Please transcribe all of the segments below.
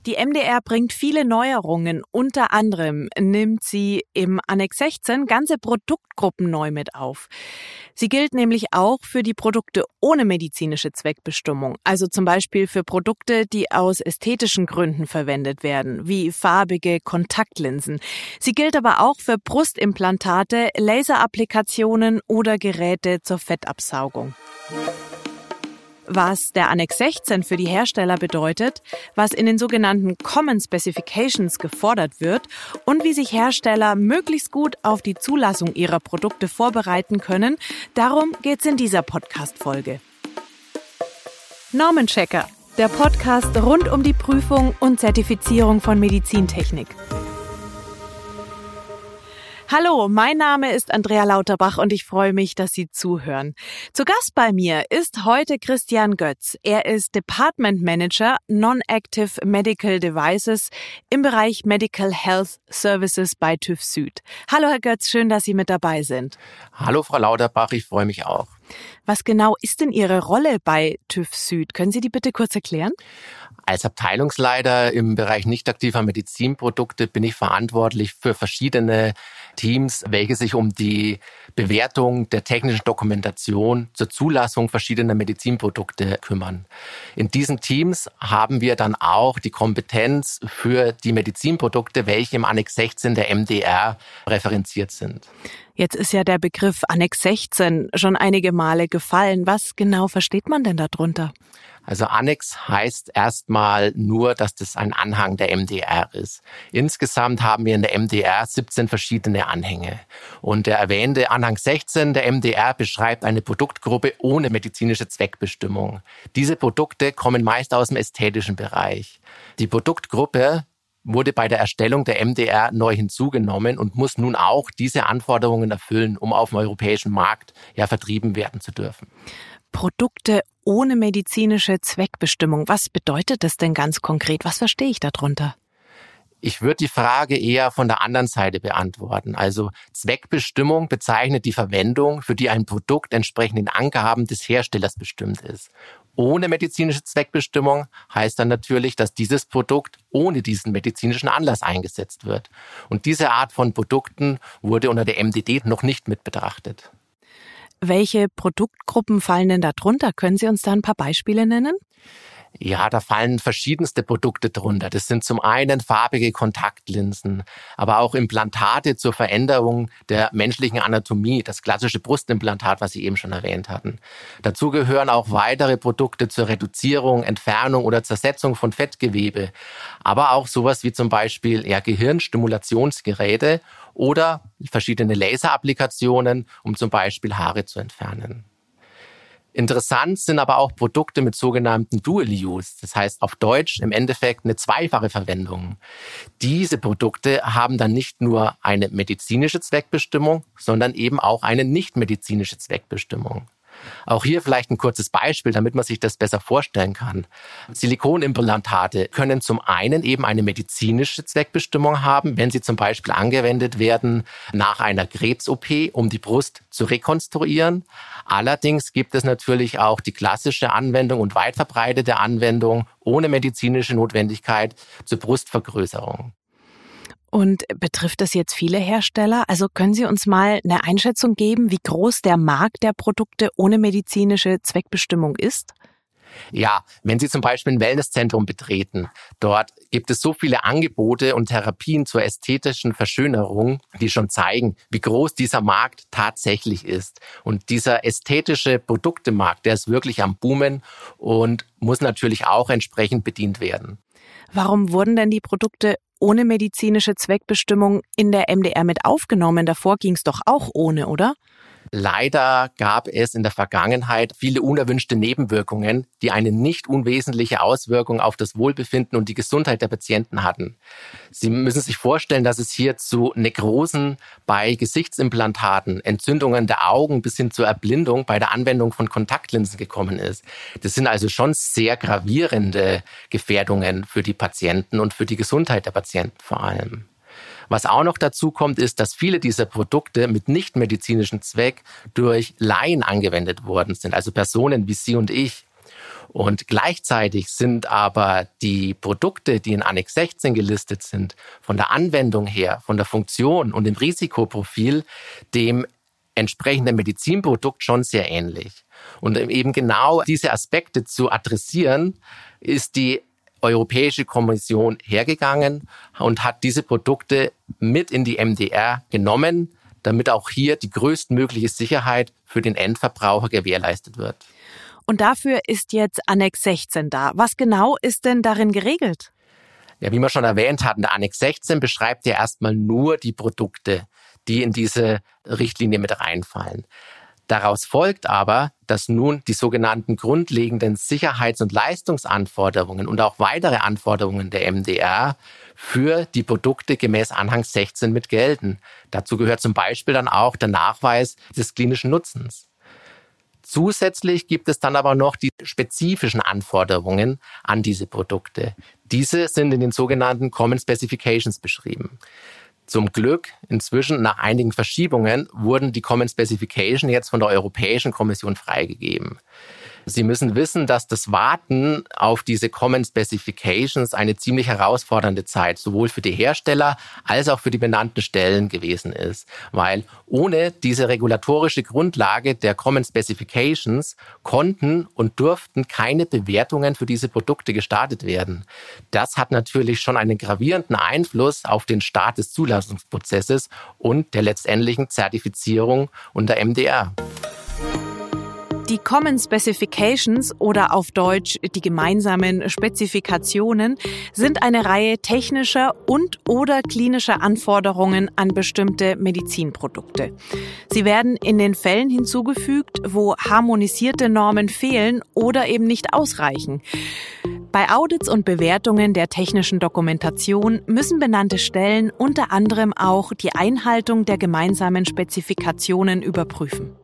Die MDR bringt viele Neuerungen. Unter anderem nimmt sie im Annex 16 ganze Produktgruppen neu mit auf. Sie gilt nämlich auch für die Produkte ohne medizinische Zweckbestimmung. Also zum Beispiel für Produkte, die aus ästhetischen Gründen verwendet werden, wie farbige Kontaktlinsen. Sie gilt aber auch für Brustimplantate, Laserapplikationen oder Geräte zur Fettabsaugung. Was der Annex 16 für die Hersteller bedeutet, was in den sogenannten Common Specifications gefordert wird und wie sich Hersteller möglichst gut auf die Zulassung ihrer Produkte vorbereiten können, darum geht's in dieser Podcast-Folge. Normenchecker, der Podcast rund um die Prüfung und Zertifizierung von Medizintechnik. Hallo, mein Name ist Andrea Lauterbach und ich freue mich, dass Sie zuhören. Zu Gast bei mir ist heute Christian Götz. Er ist Department Manager Non-Active Medical Devices im Bereich Medical Health Services bei TÜV Süd. Hallo Herr Götz, schön, dass Sie mit dabei sind. Hallo Frau Lauterbach, ich freue mich auch. Was genau ist denn Ihre Rolle bei TÜV Süd? Können Sie die bitte kurz erklären? Als Abteilungsleiter im Bereich nicht aktiver Medizinprodukte bin ich verantwortlich für verschiedene Teams, welche sich um die Bewertung der technischen Dokumentation zur Zulassung verschiedener Medizinprodukte kümmern. In diesen Teams haben wir dann auch die Kompetenz für die Medizinprodukte, welche im Annex 16 der MDR referenziert sind. Jetzt ist ja der Begriff Annex 16 schon einige Male gefallen. Was genau versteht man denn darunter? Also Annex heißt erstmal nur, dass das ein Anhang der MDR ist. Insgesamt haben wir in der MDR 17 verschiedene Anhänge. Und der erwähnte Anhang 16 der MDR beschreibt eine Produktgruppe ohne medizinische Zweckbestimmung. Diese Produkte kommen meist aus dem ästhetischen Bereich. Die Produktgruppe wurde bei der Erstellung der MDR neu hinzugenommen und muss nun auch diese Anforderungen erfüllen, um auf dem europäischen Markt vertrieben werden zu dürfen. Produkte ohne medizinische Zweckbestimmung. Was bedeutet das denn ganz konkret? Was verstehe ich darunter? Ich würde die Frage eher von der anderen Seite beantworten. Also Zweckbestimmung bezeichnet die Verwendung, für die ein Produkt entsprechend den Angaben des Herstellers bestimmt ist. Ohne medizinische Zweckbestimmung heißt dann natürlich, dass dieses Produkt ohne diesen medizinischen Anlass eingesetzt wird. Und diese Art von Produkten wurde unter der MDD noch nicht mit betrachtet. Welche Produktgruppen fallen denn da drunter? Können Sie uns da ein paar Beispiele nennen? Ja, da fallen verschiedenste Produkte drunter. Das sind zum einen farbige Kontaktlinsen, aber auch Implantate zur Veränderung der menschlichen Anatomie, das klassische Brustimplantat, was Sie eben schon erwähnt hatten. Dazu gehören auch weitere Produkte zur Reduzierung, Entfernung oder Zersetzung von Fettgewebe, aber auch sowas wie zum Beispiel Gehirnstimulationsgeräte oder verschiedene Laserapplikationen, um zum Beispiel Haare zu entfernen. Interessant sind aber auch Produkte mit sogenannten Dual Use, das heißt auf Deutsch im Endeffekt eine zweifache Verwendung. Diese Produkte haben dann nicht nur eine medizinische Zweckbestimmung, sondern eben auch eine nicht medizinische Zweckbestimmung. Auch hier vielleicht ein kurzes Beispiel, damit man sich das besser vorstellen kann. Silikonimplantate können zum einen eben eine medizinische Zweckbestimmung haben, wenn sie zum Beispiel angewendet werden nach einer Krebs-OP, um die Brust zu rekonstruieren. Allerdings gibt es natürlich auch die klassische Anwendung und weit verbreitete Anwendung ohne medizinische Notwendigkeit zur Brustvergrößerung. Und betrifft das jetzt viele Hersteller? Also können Sie uns mal eine Einschätzung geben, wie groß der Markt der Produkte ohne medizinische Zweckbestimmung ist? Ja, wenn Sie zum Beispiel ein Wellnesszentrum betreten, dort gibt es so viele Angebote und Therapien zur ästhetischen Verschönerung, die schon zeigen, wie groß dieser Markt tatsächlich ist. Und dieser ästhetische Produktemarkt, der ist wirklich am Boomen und muss natürlich auch entsprechend bedient werden. Warum wurden denn die Produkte ohne medizinische Zweckbestimmung in der MDR mit aufgenommen? Davor ging es doch auch ohne, oder? Leider gab es in der Vergangenheit viele unerwünschte Nebenwirkungen, die eine nicht unwesentliche Auswirkung auf das Wohlbefinden und die Gesundheit der Patienten hatten. Sie müssen sich vorstellen, dass es hier zu Nekrosen bei Gesichtsimplantaten, Entzündungen der Augen bis hin zur Erblindung bei der Anwendung von Kontaktlinsen gekommen ist. Das sind also schon sehr gravierende Gefährdungen für die Patienten und für die Gesundheit der Patienten vor allem. Was auch noch dazu kommt, ist, dass viele dieser Produkte mit nichtmedizinischem Zweck durch Laien angewendet worden sind, also Personen wie Sie und ich. Und gleichzeitig sind aber die Produkte, die in Annex 16 gelistet sind, von der Anwendung her, von der Funktion und dem Risikoprofil dem entsprechenden Medizinprodukt schon sehr ähnlich. Und eben genau diese Aspekte zu adressieren, ist die Europäische Kommission hergegangen und hat diese Produkte mit in die MDR genommen, damit auch hier die größtmögliche Sicherheit für den Endverbraucher gewährleistet wird. Und dafür ist jetzt Annex 16 da. Was genau ist denn darin geregelt? Ja, wie wir schon erwähnt hatten, der Annex 16 beschreibt ja erstmal nur die Produkte, die in diese Richtlinie mit reinfallen. Daraus folgt aber, dass nun die sogenannten grundlegenden Sicherheits- und Leistungsanforderungen und auch weitere Anforderungen der MDR für die Produkte gemäß Anhang 16 mit gelten. Dazu gehört zum Beispiel dann auch der Nachweis des klinischen Nutzens. Zusätzlich gibt es dann aber noch die spezifischen Anforderungen an diese Produkte. Diese sind in den sogenannten Common Specifications beschrieben. Zum Glück, inzwischen nach einigen Verschiebungen, wurden die Common Specification jetzt von der Europäischen Kommission freigegeben. Sie müssen wissen, dass das Warten auf diese Common Specifications eine ziemlich herausfordernde Zeit sowohl für die Hersteller als auch für die benannten Stellen gewesen ist. Weil ohne diese regulatorische Grundlage der Common Specifications konnten und durften keine Bewertungen für diese Produkte gestartet werden. Das hat natürlich schon einen gravierenden Einfluss auf den Start des Zulassungsprozesses und der letztendlichen Zertifizierung unter MDR. Die Common Specifications oder auf Deutsch die gemeinsamen Spezifikationen sind eine Reihe technischer und/oder klinischer Anforderungen an bestimmte Medizinprodukte. Sie werden in den Fällen hinzugefügt, wo harmonisierte Normen fehlen oder eben nicht ausreichen. Bei Audits und Bewertungen der technischen Dokumentation müssen benannte Stellen unter anderem auch die Einhaltung der gemeinsamen Spezifikationen überprüfen.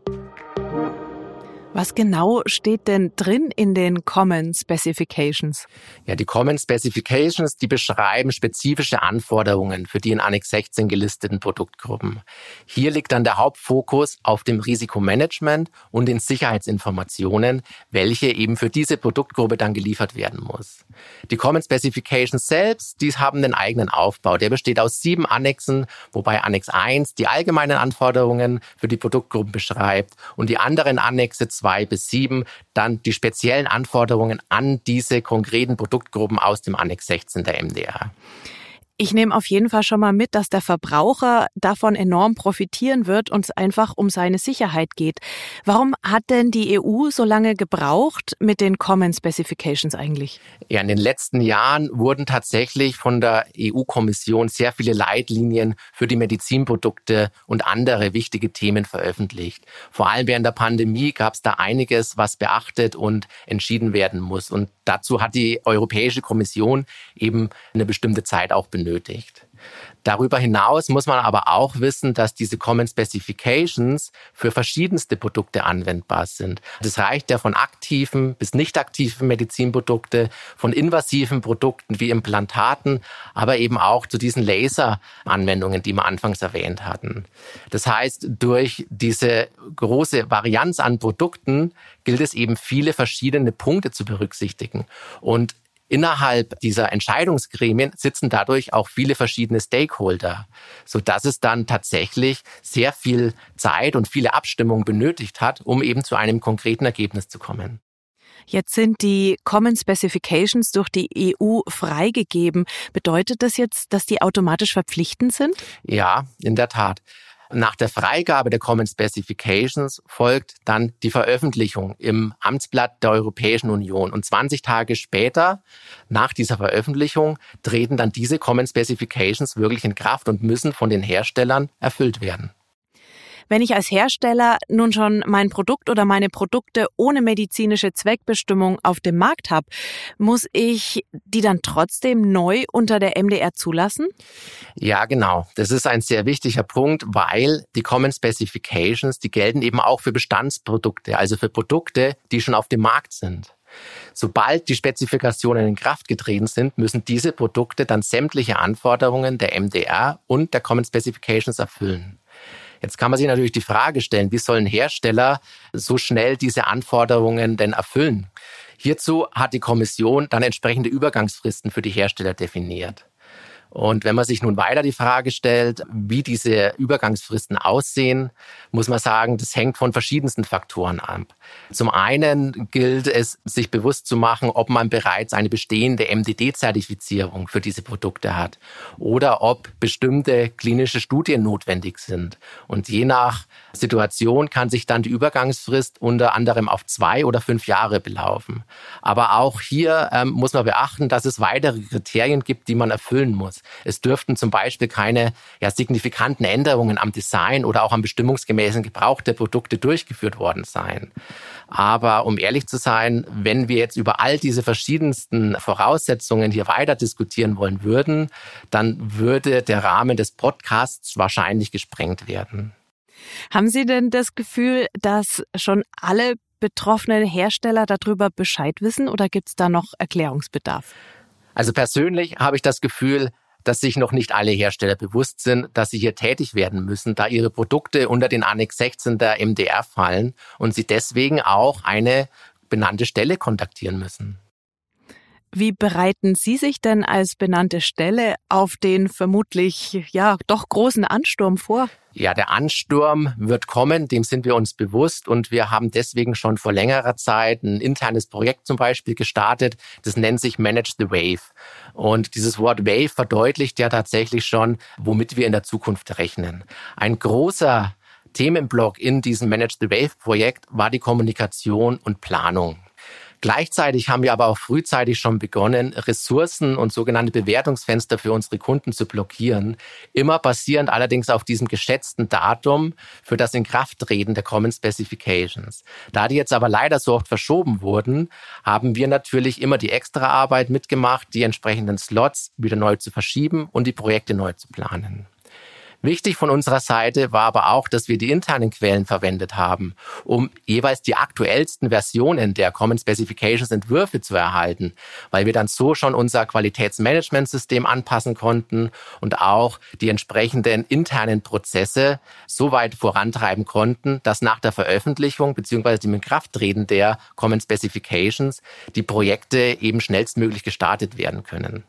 Was genau steht denn drin in den Common Specifications? Ja, die Common Specifications, die beschreiben spezifische Anforderungen für die in Annex 16 gelisteten Produktgruppen. Hier liegt dann der Hauptfokus auf dem Risikomanagement und den Sicherheitsinformationen, welche eben für diese Produktgruppe dann geliefert werden muss. Die Common Specifications selbst, die haben den eigenen Aufbau. Der besteht aus 7 Annexen, wobei Annex 1 die allgemeinen Anforderungen für die Produktgruppen beschreibt und die anderen Annexe 2 bis 7 dann die speziellen Anforderungen an diese konkreten Produktgruppen aus dem Annex 16 der MDR. Ich nehme auf jeden Fall schon mal mit, dass der Verbraucher davon enorm profitieren wird und es einfach um seine Sicherheit geht. Warum hat denn die EU so lange gebraucht mit den Common Specifications eigentlich? Ja, in den letzten Jahren wurden tatsächlich von der EU-Kommission sehr viele Leitlinien für die Medizinprodukte und andere wichtige Themen veröffentlicht. Vor allem während der Pandemie gab es da einiges, was beachtet und entschieden werden muss. Und dazu hat die Europäische Kommission eben eine bestimmte Zeit auch benötigt. Darüber hinaus muss man aber auch wissen, dass diese Common Specifications für verschiedenste Produkte anwendbar sind. Das reicht ja von aktiven bis nicht aktiven Medizinprodukte, von invasiven Produkten wie Implantaten, aber eben auch zu diesen Laseranwendungen, die wir anfangs erwähnt hatten. Das heißt, durch diese große Varianz an Produkten gilt es eben, viele verschiedene Punkte zu berücksichtigen. Und innerhalb dieser Entscheidungsgremien sitzen dadurch auch viele verschiedene Stakeholder, sodass es dann tatsächlich sehr viel Zeit und viele Abstimmungen benötigt hat, um eben zu einem konkreten Ergebnis zu kommen. Jetzt sind die Common Specifications durch die EU freigegeben. Bedeutet das jetzt, dass die automatisch verpflichtend sind? Ja, in der Tat. Nach der Freigabe der Common Specifications folgt dann die Veröffentlichung im Amtsblatt der Europäischen Union. Und 20 Tage später, nach dieser Veröffentlichung, treten dann diese Common Specifications wirklich in Kraft und müssen von den Herstellern erfüllt werden. Wenn ich als Hersteller nun schon mein Produkt oder meine Produkte ohne medizinische Zweckbestimmung auf dem Markt habe, muss ich die dann trotzdem neu unter der MDR zulassen? Ja, genau. Das ist ein sehr wichtiger Punkt, weil die Common Specifications, die gelten eben auch für Bestandsprodukte, also für Produkte, die schon auf dem Markt sind. Sobald die Spezifikationen in Kraft getreten sind, müssen diese Produkte dann sämtliche Anforderungen der MDR und der Common Specifications erfüllen. Jetzt kann man sich natürlich die Frage stellen, wie sollen Hersteller so schnell diese Anforderungen denn erfüllen? Hierzu hat die Kommission dann entsprechende Übergangsfristen für die Hersteller definiert. Und wenn man sich nun weiter die Frage stellt, wie diese Übergangsfristen aussehen, muss man sagen, das hängt von verschiedensten Faktoren ab. Zum einen gilt es, sich bewusst zu machen, ob man bereits eine bestehende MDD-Zertifizierung für diese Produkte hat oder ob bestimmte klinische Studien notwendig sind. Und je nach Situation kann sich dann die Übergangsfrist unter anderem auf 2 oder 5 Jahre belaufen. Aber auch hier muss man beachten, dass es weitere Kriterien gibt, die man erfüllen muss. Es dürften zum Beispiel keine signifikanten Änderungen am Design oder auch am bestimmungsgemäßen Gebrauch der Produkte durchgeführt worden sein. Aber um ehrlich zu sein, wenn wir jetzt über all diese verschiedensten Voraussetzungen hier weiter diskutieren wollen würden, dann würde der Rahmen des Podcasts wahrscheinlich gesprengt werden. Haben Sie denn das Gefühl, dass schon alle betroffenen Hersteller darüber Bescheid wissen oder gibt es da noch Erklärungsbedarf? Also persönlich habe ich das Gefühl, dass sich noch nicht alle Hersteller bewusst sind, dass sie hier tätig werden müssen, da ihre Produkte unter den Annex 16 der MDR fallen und sie deswegen auch eine benannte Stelle kontaktieren müssen. Wie bereiten Sie sich denn als benannte Stelle auf den vermutlich doch großen Ansturm vor? Ja, der Ansturm wird kommen, dem sind wir uns bewusst und wir haben deswegen schon vor längerer Zeit ein internes Projekt zum Beispiel gestartet, das nennt sich Manage the Wave. Und dieses Wort Wave verdeutlicht ja tatsächlich schon, womit wir in der Zukunft rechnen. Ein großer Themenblock in diesem Manage the Wave Projekt war die Kommunikation und Planung. Gleichzeitig haben wir aber auch frühzeitig schon begonnen, Ressourcen und sogenannte Bewertungsfenster für unsere Kunden zu blockieren, immer basierend allerdings auf diesem geschätzten Datum für das Inkrafttreten der Common Specifications. Da die jetzt aber leider so oft verschoben wurden, haben wir natürlich immer die Extraarbeit mitgemacht, die entsprechenden Slots wieder neu zu verschieben und die Projekte neu zu planen. Wichtig von unserer Seite war aber auch, dass wir die internen Quellen verwendet haben, um jeweils die aktuellsten Versionen der Common Specifications Entwürfe zu erhalten, weil wir dann so schon unser Qualitätsmanagementsystem anpassen konnten und auch die entsprechenden internen Prozesse so weit vorantreiben konnten, dass nach der Veröffentlichung bzw. dem Inkrafttreten der Common Specifications die Projekte eben schnellstmöglich gestartet werden können.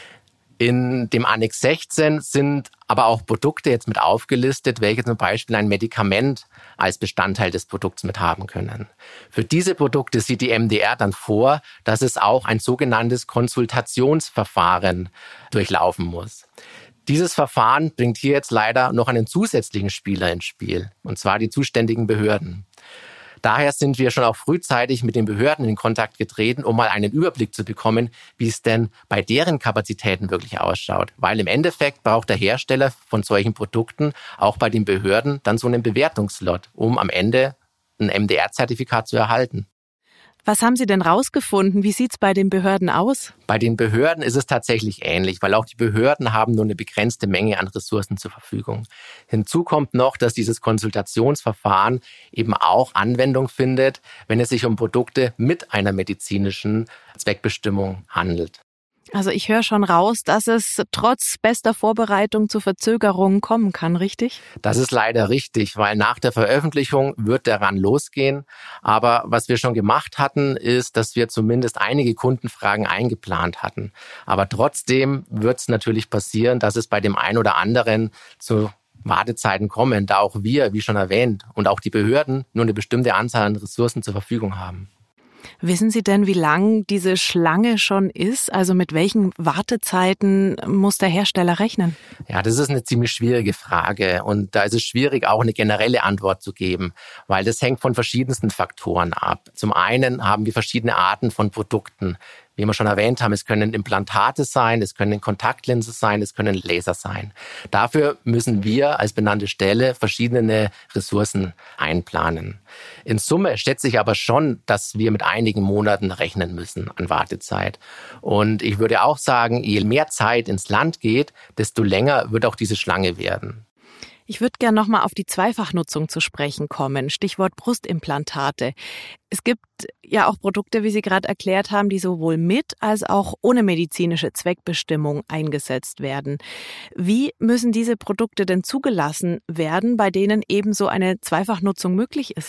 In dem Annex 16 sind aber auch Produkte jetzt mit aufgelistet, welche zum Beispiel ein Medikament als Bestandteil des Produkts mit haben können. Für diese Produkte sieht die MDR dann vor, dass es auch ein sogenanntes Konsultationsverfahren durchlaufen muss. Dieses Verfahren bringt hier jetzt leider noch einen zusätzlichen Spieler ins Spiel, und zwar die zuständigen Behörden. Daher sind wir schon auch frühzeitig mit den Behörden in Kontakt getreten, um mal einen Überblick zu bekommen, wie es denn bei deren Kapazitäten wirklich ausschaut. Weil im Endeffekt braucht der Hersteller von solchen Produkten auch bei den Behörden dann so einen Bewertungslot, um am Ende ein MDR-Zertifikat zu erhalten. Was haben Sie denn rausgefunden? Wie sieht's bei den Behörden aus? Bei den Behörden ist es tatsächlich ähnlich, weil auch die Behörden haben nur eine begrenzte Menge an Ressourcen zur Verfügung. Hinzu kommt noch, dass dieses Konsultationsverfahren eben auch Anwendung findet, wenn es sich um Produkte mit einer medizinischen Zweckbestimmung handelt. Also ich höre schon raus, dass es trotz bester Vorbereitung zu Verzögerungen kommen kann, richtig? Das ist leider richtig, weil nach der Veröffentlichung wird der Run losgehen. Aber was wir schon gemacht hatten, ist, dass wir zumindest einige Kundenfragen eingeplant hatten. Aber trotzdem wird es natürlich passieren, dass es bei dem einen oder anderen zu Wartezeiten kommen, da auch wir, wie schon erwähnt, und auch die Behörden nur eine bestimmte Anzahl an Ressourcen zur Verfügung haben. Wissen Sie denn, wie lang diese Schlange schon ist? Also mit welchen Wartezeiten muss der Hersteller rechnen? Ja, das ist eine ziemlich schwierige Frage und da ist es schwierig, auch eine generelle Antwort zu geben, weil das hängt von verschiedensten Faktoren ab. Zum einen haben wir verschiedene Arten von Produkten. Wie wir schon erwähnt haben, es können Implantate sein, es können Kontaktlinsen sein, es können Laser sein. Dafür müssen wir als benannte Stelle verschiedene Ressourcen einplanen. In Summe schätze ich aber schon, dass wir mit einigen Monaten rechnen müssen an Wartezeit. Und ich würde auch sagen, je mehr Zeit ins Land geht, desto länger wird auch diese Schlange werden. Ich würde gerne nochmal auf die Zweifachnutzung zu sprechen kommen. Stichwort Brustimplantate. Es gibt ja auch Produkte, wie Sie gerade erklärt haben, die sowohl mit als auch ohne medizinische Zweckbestimmung eingesetzt werden. Wie müssen diese Produkte denn zugelassen werden, bei denen eben so eine Zweifachnutzung möglich ist?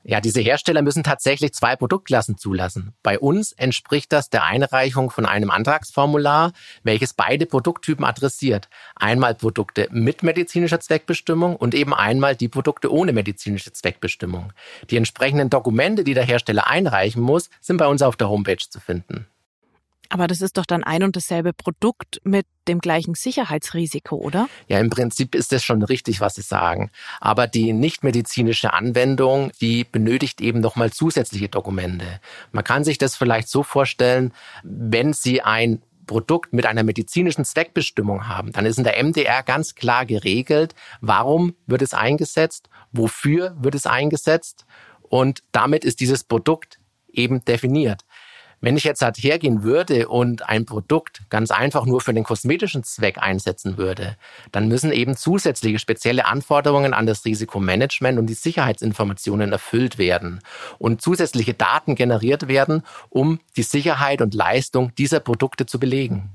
Ja, diese Hersteller müssen tatsächlich 2 Produktklassen zulassen. Bei uns entspricht das der Einreichung von einem Antragsformular, welches beide Produkttypen adressiert. Einmal Produkte mit medizinischer Zweckbestimmung und eben einmal die Produkte ohne medizinische Zweckbestimmung. Die entsprechenden Dokumente, die der Hersteller einreichen muss, sind bei uns auf der Homepage zu finden. Aber das ist doch dann ein und dasselbe Produkt mit dem gleichen Sicherheitsrisiko, oder? Ja, im Prinzip ist das schon richtig, was Sie sagen. Aber die nichtmedizinische Anwendung, die benötigt eben nochmal zusätzliche Dokumente. Man kann sich das vielleicht so vorstellen, wenn Sie ein Produkt mit einer medizinischen Zweckbestimmung haben, dann ist in der MDR ganz klar geregelt, warum wird es eingesetzt, wofür wird es eingesetzt und damit ist dieses Produkt eben definiert. Wenn ich jetzt halt hergehen würde und ein Produkt ganz einfach nur für den kosmetischen Zweck einsetzen würde, dann müssen eben zusätzliche spezielle Anforderungen an das Risikomanagement und die Sicherheitsinformationen erfüllt werden und zusätzliche Daten generiert werden, um die Sicherheit und Leistung dieser Produkte zu belegen.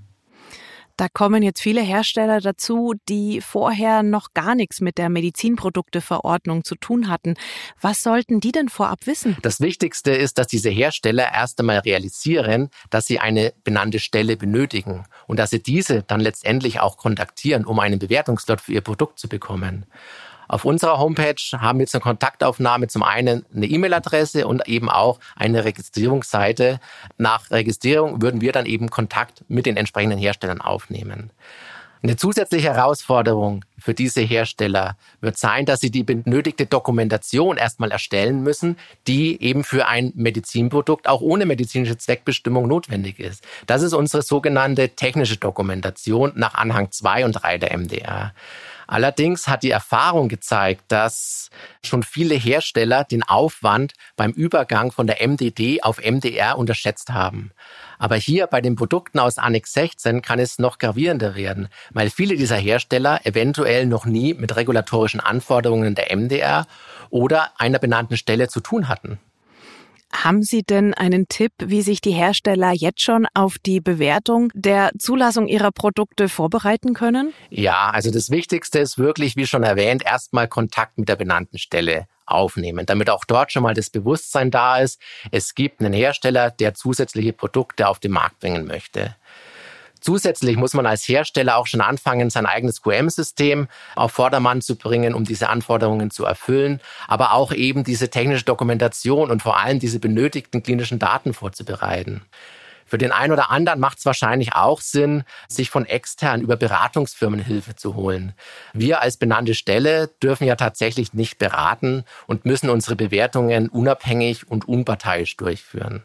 Da kommen jetzt viele Hersteller dazu, die vorher noch gar nichts mit der Medizinprodukteverordnung zu tun hatten. Was sollten die denn vorab wissen? Das Wichtigste ist, dass diese Hersteller erst einmal realisieren, dass sie eine benannte Stelle benötigen und dass sie diese dann letztendlich auch kontaktieren, um einen Bewertungslot für ihr Produkt zu bekommen. Auf unserer Homepage haben wir zur Kontaktaufnahme zum einen eine E-Mail-Adresse und eben auch eine Registrierungsseite. Nach Registrierung würden wir dann eben Kontakt mit den entsprechenden Herstellern aufnehmen. Eine zusätzliche Herausforderung für diese Hersteller wird sein, dass sie die benötigte Dokumentation erstmal erstellen müssen, die eben für ein Medizinprodukt auch ohne medizinische Zweckbestimmung notwendig ist. Das ist unsere sogenannte technische Dokumentation nach Anhang 2 und 3 der MDR. Allerdings hat die Erfahrung gezeigt, dass schon viele Hersteller den Aufwand beim Übergang von der MDD auf MDR unterschätzt haben. Aber hier bei den Produkten aus Annex 16 kann es noch gravierender werden, weil viele dieser Hersteller eventuell noch nie mit regulatorischen Anforderungen der MDR oder einer benannten Stelle zu tun hatten. Haben Sie denn einen Tipp, wie sich die Hersteller jetzt schon auf die Bewertung der Zulassung ihrer Produkte vorbereiten können? Ja, also das Wichtigste ist wirklich, wie schon erwähnt, erstmal Kontakt mit der benannten Stelle aufnehmen, damit auch dort schon mal das Bewusstsein da ist, es gibt einen Hersteller, der zusätzliche Produkte auf den Markt bringen möchte. Zusätzlich muss man als Hersteller auch schon anfangen, sein eigenes QM-System auf Vordermann zu bringen, um diese Anforderungen zu erfüllen, aber auch eben diese technische Dokumentation und vor allem diese benötigten klinischen Daten vorzubereiten. Für den einen oder anderen macht es wahrscheinlich auch Sinn, sich von extern über Beratungsfirmen Hilfe zu holen. Wir als benannte Stelle dürfen ja tatsächlich nicht beraten und müssen unsere Bewertungen unabhängig und unparteiisch durchführen.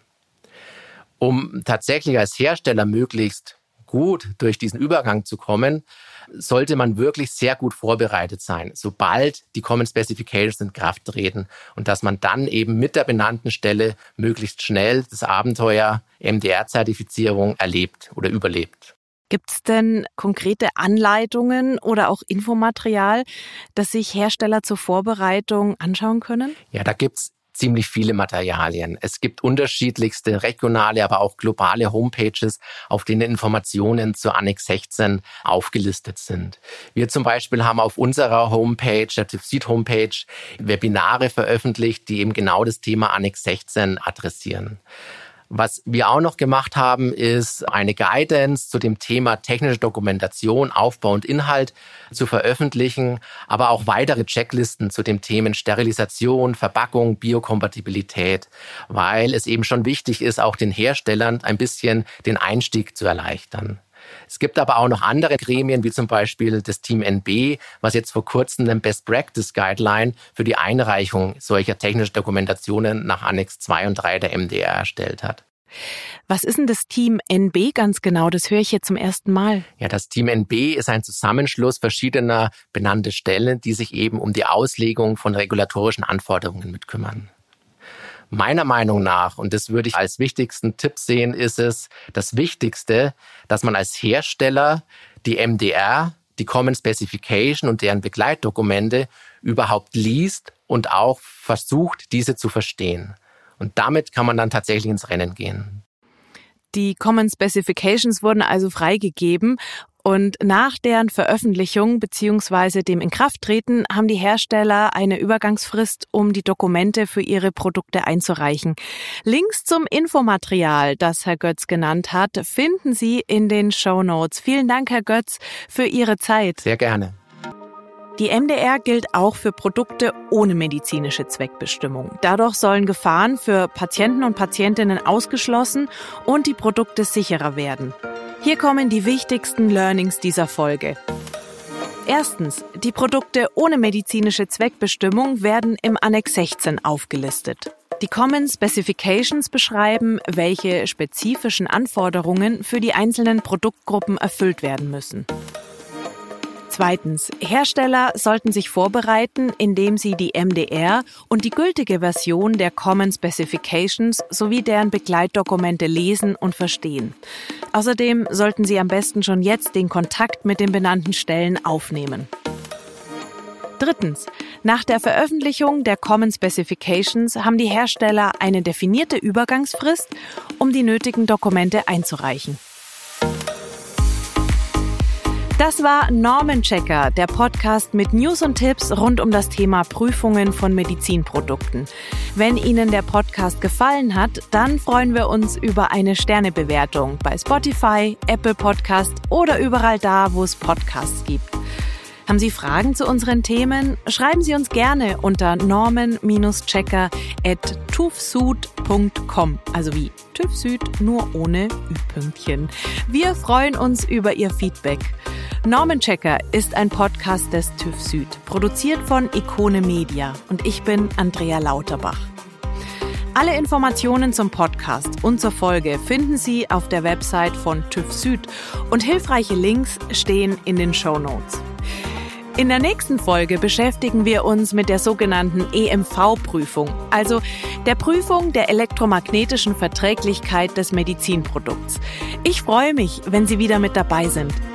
Um tatsächlich als Hersteller möglichst gut durch diesen Übergang zu kommen, sollte man wirklich sehr gut vorbereitet sein, sobald die Common Specifications in Kraft treten und dass man dann eben mit der benannten Stelle möglichst schnell das Abenteuer MDR-Zertifizierung erlebt oder überlebt. Gibt es denn konkrete Anleitungen oder auch Infomaterial, das sich Hersteller zur Vorbereitung anschauen können? Ja, da gibt's ziemlich viele Materialien. Es gibt unterschiedlichste regionale, aber auch globale Homepages, auf denen Informationen zur Annex 16 aufgelistet sind. Wir zum Beispiel haben auf unserer Homepage, der TÜV Homepage, Webinare veröffentlicht, die eben genau das Thema Annex 16 adressieren. Was wir auch noch gemacht haben, ist eine Guidance zu dem Thema technische Dokumentation, Aufbau und Inhalt zu veröffentlichen, aber auch weitere Checklisten zu den Themen Sterilisation, Verpackung, Biokompatibilität, weil es eben schon wichtig ist, auch den Herstellern ein bisschen den Einstieg zu erleichtern. Es gibt aber auch noch andere Gremien, wie zum Beispiel das Team NB, was jetzt vor kurzem eine Best Practice Guideline für die Einreichung solcher technischen Dokumentationen nach Annex 2 und 3 der MDR erstellt hat. Was ist denn das Team NB ganz genau? Das höre ich jetzt zum ersten Mal. Ja, das Team NB ist ein Zusammenschluss verschiedener benannter Stellen, die sich eben um die Auslegung von regulatorischen Anforderungen mitkümmern. Meiner Meinung nach, und das würde ich als wichtigsten Tipp sehen, ist es das Wichtigste, dass man als Hersteller die MDR, die Common Specification und deren Begleitdokumente überhaupt liest und auch versucht, diese zu verstehen. Und damit kann man dann tatsächlich ins Rennen gehen. Die Common Specifications wurden also freigegeben. Und nach deren Veröffentlichung bzw. dem Inkrafttreten haben die Hersteller eine Übergangsfrist, um die Dokumente für ihre Produkte einzureichen. Links zum Infomaterial, das Herr Götz genannt hat, finden Sie in den Shownotes. Vielen Dank, Herr Götz, für Ihre Zeit. Sehr gerne. Die MDR gilt auch für Produkte ohne medizinische Zweckbestimmung. Dadurch sollen Gefahren für Patienten und Patientinnen ausgeschlossen und die Produkte sicherer werden. Hier kommen die wichtigsten Learnings dieser Folge. Erstens, die Produkte ohne medizinische Zweckbestimmung werden im Annex 16 aufgelistet. Die Common Specifications beschreiben, welche spezifischen Anforderungen für die einzelnen Produktgruppen erfüllt werden müssen. Zweitens, Hersteller sollten sich vorbereiten, indem sie die MDR und die gültige Version der Common Specifications sowie deren Begleitdokumente lesen und verstehen. Außerdem sollten sie am besten schon jetzt den Kontakt mit den benannten Stellen aufnehmen. Drittens, nach der Veröffentlichung der Common Specifications haben die Hersteller eine definierte Übergangsfrist, um die nötigen Dokumente einzureichen. Das war Normenchecker, der Podcast mit News und Tipps rund um das Thema Prüfungen von Medizinprodukten. Wenn Ihnen der Podcast gefallen hat, dann freuen wir uns über eine Sternebewertung bei Spotify, Apple Podcast oder überall da, wo es Podcasts gibt. Haben Sie Fragen zu unseren Themen? Schreiben Sie uns gerne unter normen-checker@tuvsud.com, also wie TÜV Süd, nur ohne Ü-Pünktchen. Wir freuen uns über Ihr Feedback. Normenchecker ist ein Podcast des TÜV Süd, produziert von Ikone Media und ich bin Andrea Lauterbach. Alle Informationen zum Podcast und zur Folge finden Sie auf der Website von TÜV Süd und hilfreiche Links stehen in den Shownotes. In der nächsten Folge beschäftigen wir uns mit der sogenannten EMV-Prüfung, also der Prüfung der elektromagnetischen Verträglichkeit des Medizinprodukts. Ich freue mich, wenn Sie wieder mit dabei sind.